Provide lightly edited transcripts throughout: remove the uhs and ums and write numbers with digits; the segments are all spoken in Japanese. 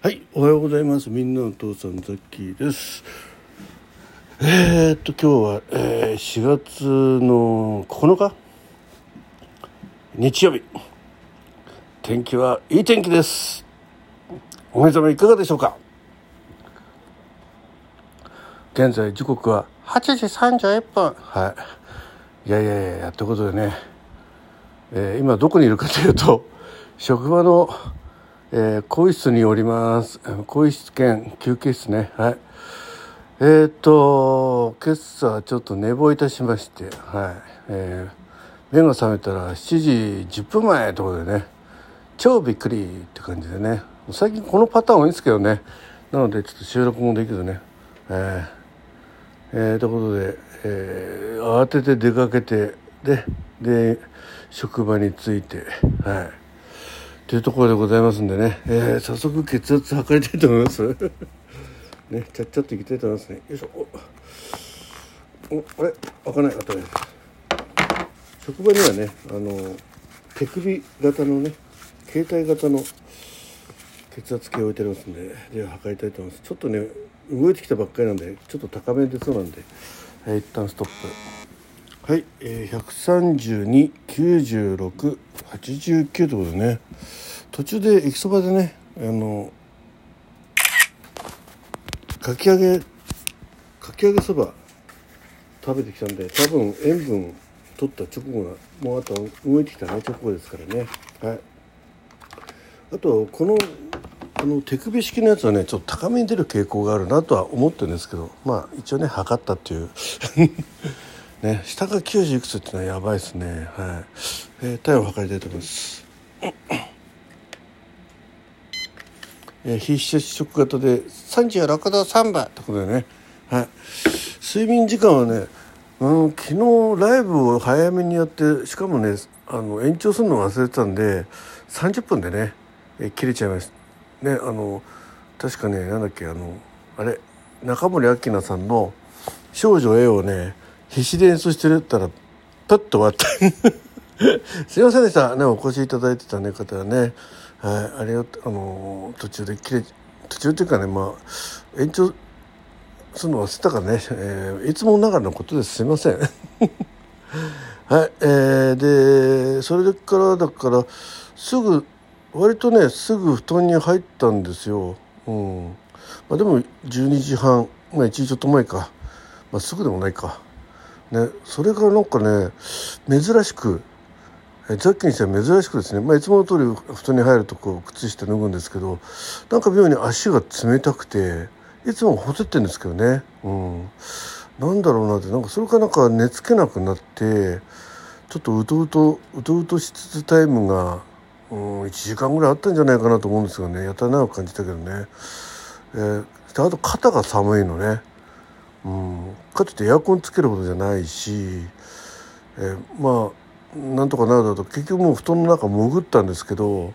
はい、おはようございます。みんなの父さんザッキーです。今日は、4月の9日日曜日。天気はいい天気です。お目覚めいかがでしょうか。現在時刻は8時31分。はい。ということでね、今どこにいるかというと、職場の更衣室におります。更衣室兼休憩室ね。はい。今朝ちょっと寝坊いたしまして、はい。目が覚めたら7時10分前ということでね、超びっくりって感じでね。最近このパターン多いんですけどね。なのでちょっと収録もできずね。ということで、慌てて出かけてで職場に着いて、はい。というところでございますんでね、早速血圧測りたいと思いますね、ちゃっちゃっていきたいと思いますね。よいしょ。あれ開かない。あとね、職場にはね、手首型のね、携帯型の血圧計を置いてありますんで、では測りたいと思います。ちょっとね、動いてきたばっかりなんでちょっと高めでそうなんで、一旦ストップ。はい、132、96、89ということでね、途中で駅そばでね、かき揚げそば食べてきたんで、多分塩分取った直後がもうあと動いてきたね直後ですからね。はい。あとこの手首式のやつはね、ちょっと高めに出る傾向があるなとは思ってるんですけど、まあ一応ね測ったっていうね、下が90いくつってのはやばいですね。はい。体温を測りたいと思います。非接触型で36度3分ということでね、はい。睡眠時間はね、昨日ライブを早めにやって、しかもね延長するのを忘れてたんで30分でね、切れちゃいましたね。確かね、なんだっけ、中森明菜さんの少女 A をね必死で演奏してるったらパッと終わったすいませんでしたね。お越しいただいてた、ね、方はね、はい、あれを途中っていうかね、まあ延長するの忘れたからね、いつもながらのことです。すいませんはい。でそれからだから割とねすぐ布団に入ったんですよ。まあ、でも12時半、まあ1時ちょっと前か、まあ、すぐでもないかね。それからなんかね、珍しくザッキーにしては珍しくですね、まあ、いつもの通り布団に入るとこう靴下脱ぐんですけど、なんか妙に足が冷たくて、いつもほてってるんですけどね、なんだろうなって、なんかそれからなんか寝つけなくなって、ちょっとうとうとしつつタイムが、1時間ぐらいあったんじゃないかなと思うんですよね。やたら長く感じたけどね。あと肩が寒いのね。かといってエアコンつけるほどじゃないし、まあなんとかなるだと結局もう布団の中潜ったんですけど、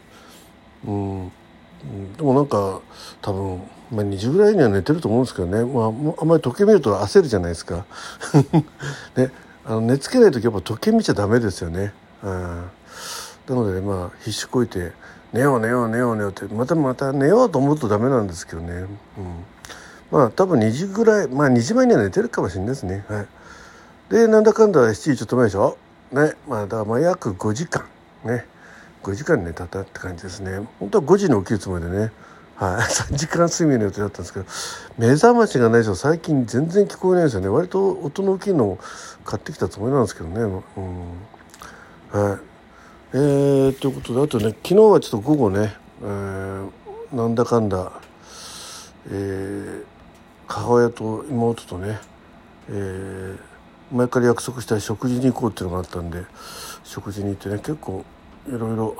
でもなんか多分、まあ、2時ぐらいには寝てると思うんですけどね、まあ、あんまり時計見ると焦るじゃないですかね、寝つけない時やっぱ時計見ちゃダメですよね。なのでね、まあ必死こいて寝ようってまた寝ようと思うとダメなんですけどね。まあ多分2時ぐらい、まあ2時前には寝てるかもしれないですね。はい。でなんだかんだ7時ちょっと前でしょね。まあだから約5時間ね、5時間寝たって感じですね。本当は5時に起きるつもりでね、はい、3時間睡眠の予定だったんですけど、目覚ましがない人は最近全然聞こえないですよね。割と音の大きいのを買ってきたつもりなんですけどね。はい。ということで、あとね、昨日はちょっと午後ね、なんだかんだ、母親と妹とね、前から約束した食事に行こうっていうのがあったんで、食事に行ってね、結構いろいろ、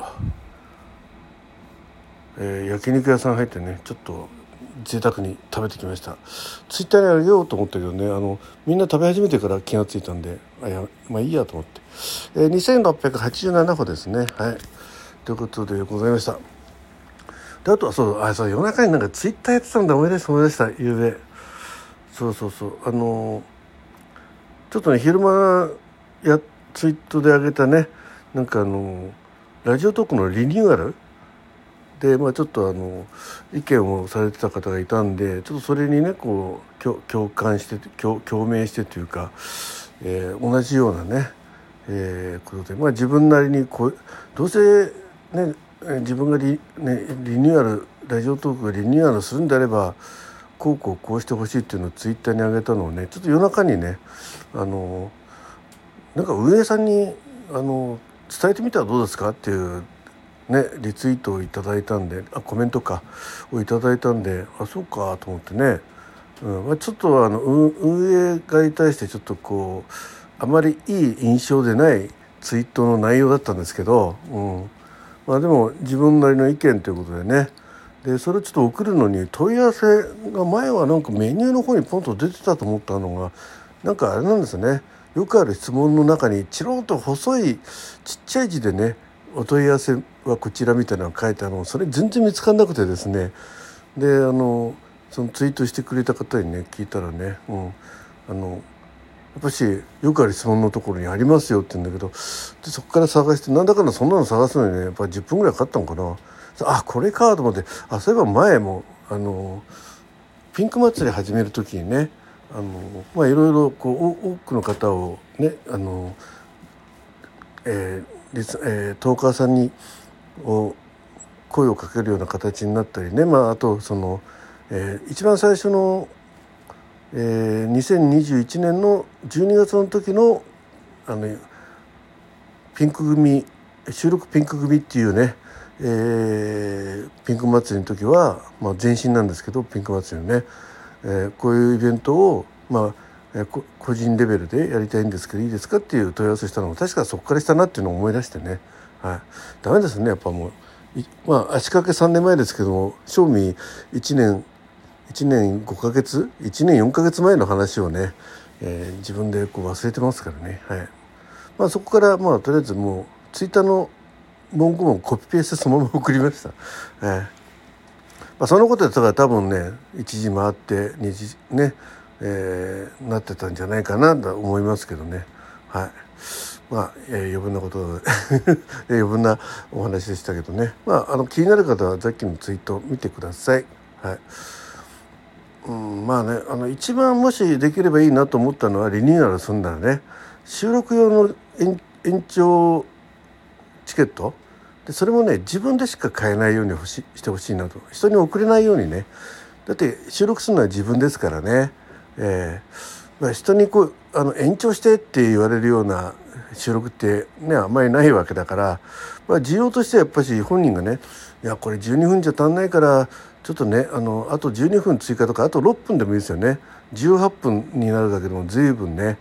焼肉屋さん入ってね、ちょっと贅沢に食べてきました。ツイッターにあげようと思ったけどね、みんな食べ始めてから気がついたんで、まあいいやと思って、2687歩ですね。はい、ということでございました。で、あとはそう夜中になんかツイッターやってたんだ。思い出した夕べ。そうちょっとね、昼間ツイートで上げたね、なんかラジオトークのリニューアルで、ちょっと意見をされてた方がいたんで、ちょっとそれにねこう共感して共鳴してというか、同じようなね、ことで、自分なりにどうせね自分がリニューアルラジオトークがリニューアルするんであればこうしてほしいっていうのをツイッターに上げたのをね、ちょっと夜中にねなんか運営さんに伝えてみたらどうですかっていうねリツイートをいただいたんで、コメントかをいただいたんで、そうかと思ってね、ちょっと運営側に対してちょっとあまりいい印象でないツイートの内容だったんですけど、でも自分なりの意見ということでね、でそれをちょっと送るのに問い合わせが前はなんかメニューの方にポンと出てたと思ったのが、なんかあれなんですね、よくある質問の中にチロンと細いちっちゃい字でねお問い合わせはこちらみたいなのが書いてあるの、それ全然見つからなくてですね、でそのツイートしてくれた方にね聞いたらね、やっぱしよくある質問のところにありますよって言うんだけど、でそこから探してなんだかんだそんなの探すのにねやっぱり10分ぐらいかかったのかな。これかと思って、そういえば前もピンク祭り始める時にねいろいろ多くの方をねトーカーさんに声をかけるような形になったりね、あと一番最初の2021年の12月の時のピンク組収録ピンク組っていうね、ピンク祭りの時は、前身なんですけどピンク祭りのね、こういうイベントを、個人レベルでやりたいんですけどいいですかっていう問い合わせしたのが確かそこからしたなっていうのを思い出してね、ダメですねやっぱもう足掛け3年前ですけども正味1年5ヶ月1年4ヶ月前の話をね、自分で忘れてますからね、そこからとりあえずもうツイッターの文言をコピペしてそのまま送りました。そのことで多分ね1時回って2時ね、なってたんじゃないかなと思いますけどね。余分なこと余分なお話でしたけどね、気になる方はさっきのツイート見てください。一番もしできればいいなと思ったのはリニューアルするんだらね収録用の延長チケットで、それもね自分でしか買えないようにしてほしいなと、人に送れないようにね、だって収録するのは自分ですからね、人に延長してって言われるような収録ってねあんまりないわけだから、需要としてはやっぱし本人がねいやこれ12分じゃ足んないからちょっとねあと12分追加とかあと6分でもいいですよね。18分になるだけでも随分ね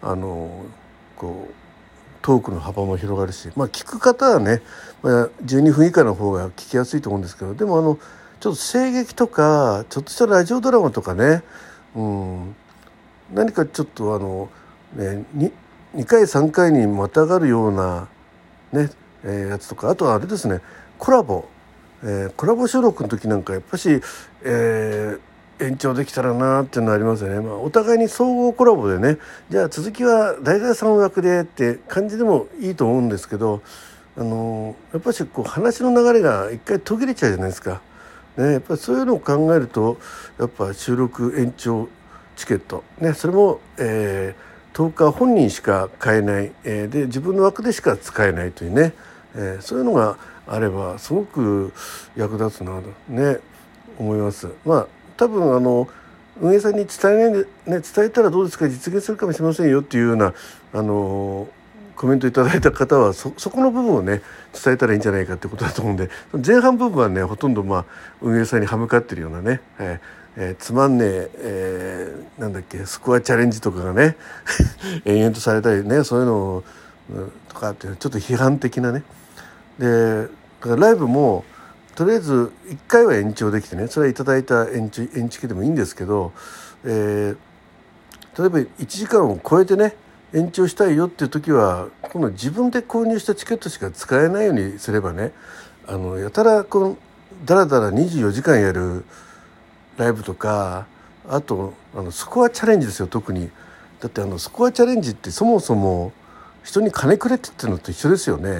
トークの幅も広がるし、聞く方はね、12分以下の方が聞きやすいと思うんですけど、でもちょっと声劇とかちょっとしたラジオドラマとかね、何かちょっと2回3回にまたがるようなね、やつとか、あとはあれですねコラボ収録の時なんかやっぱし、延長できたらなっていうのはありますよね。お互いに総合コラボでね、じゃあ続きは大々さん役でって感じでもいいと思うんですけど、やっぱし話の流れが一回途切れちゃうじゃないですか、やっぱりそういうのを考えるとやっぱ収録延長チケットね、それも、10日本人しか買えない、で自分の枠でしか使えないというね、そういうのがあればすごく役立つなとね思います。多分運営さんに伝えたらどうですか、実現するかもしれませんよっていうようなコメントいただいた方はそこの部分をね伝えたらいいんじゃないかってことだと思うんで、前半部分はねほとんど運営さんに歯向かってるようなね、つまんねなんだっけスコアチャレンジとかがね延々とされたりね、そういうのをとかってちょっと批判的なね、でだからライブもとりあえず1回は延長できてね、それはいただいた延期でもいいんですけど、例えば1時間を超えてね延長したいよっていう時は今度自分で購入したチケットしか使えないようにすればね、やたらだらだら24時間やるライブとか、あとスコアチャレンジですよ。特にだってスコアチャレンジってそもそも人に金くれって言ってるのと一緒ですよね。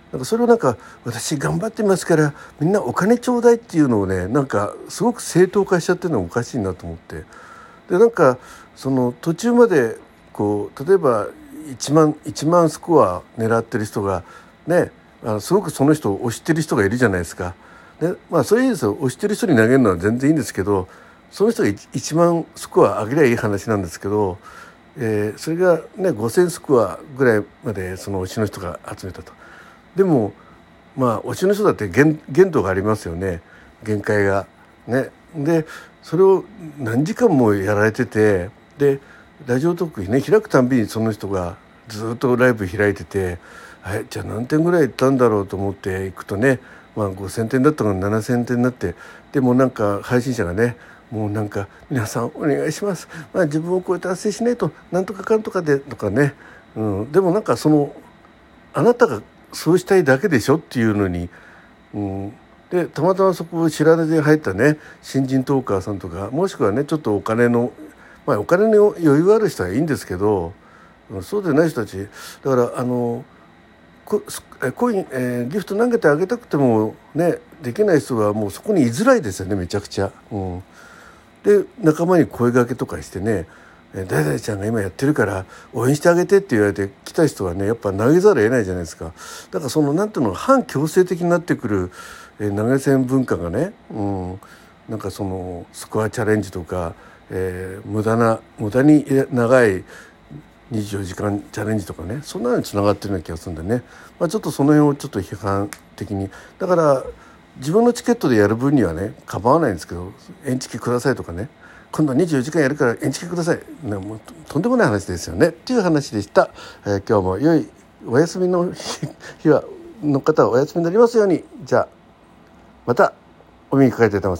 なんかそれをなんか私頑張ってますからみんなお金ちょうだいっていうのをねなんかすごく正当化しちゃってるのがおかしいなと思って、でなんかその途中までこう例えば1万スコア狙ってる人がねすごくその人を推してる人がいるじゃないですか。でそれいいですよ、推してる人に投げるのは全然いいんですけど、その人が1万スコア上げりゃいい話なんですけど、それがね5,000スコアぐらいまでその推しの人が集めたと。でも推しの人だって限度がありますよね、限界がね。でそれを何時間もやられてて、でラジオトークね開くたんびにその人がずっとライブ開いてて、じゃあ何点ぐらいいったんだろうと思っていくとね、5,000点だったのが7,000点になって、でもなんか配信者がねもうなんか皆さんお願いします、自分をこう達成しないとなんとかかんとかでとかね、でもなんかそのあなたがそうしたいだけでしょっていうのに、でたまたまそこを知られで入ったね新人トーカーさんとか、もしくはねちょっとお金の余裕ある人はいいんですけど、そうでない人たちだからコイン、ギフト投げてあげたくてもねできない人はもうそこに居づらいですよね、めちゃくちゃ。で仲間に声掛けとかしてね、誰々ちゃんが今やってるから応援してあげてって言われて来た人はねやっぱ投げざるを得ないじゃないですか。だからそのなんていうの反強制的になってくる、投げ銭文化がね、なんかそのスコアチャレンジとか、無駄に長い24時間チャレンジとかね、そんなのにつながってるような気がするんでね、ちょっとその辺をちょっと批判的に、だから自分のチケットでやる分にはね構わないんですけど、延期くださいとかね、今度は24時間やるから延期ください、もうとんでもない話ですよねっていう話でした。今日も良いお休みの日の方はお休みになりますように。じゃあまたお耳にかかえていたます。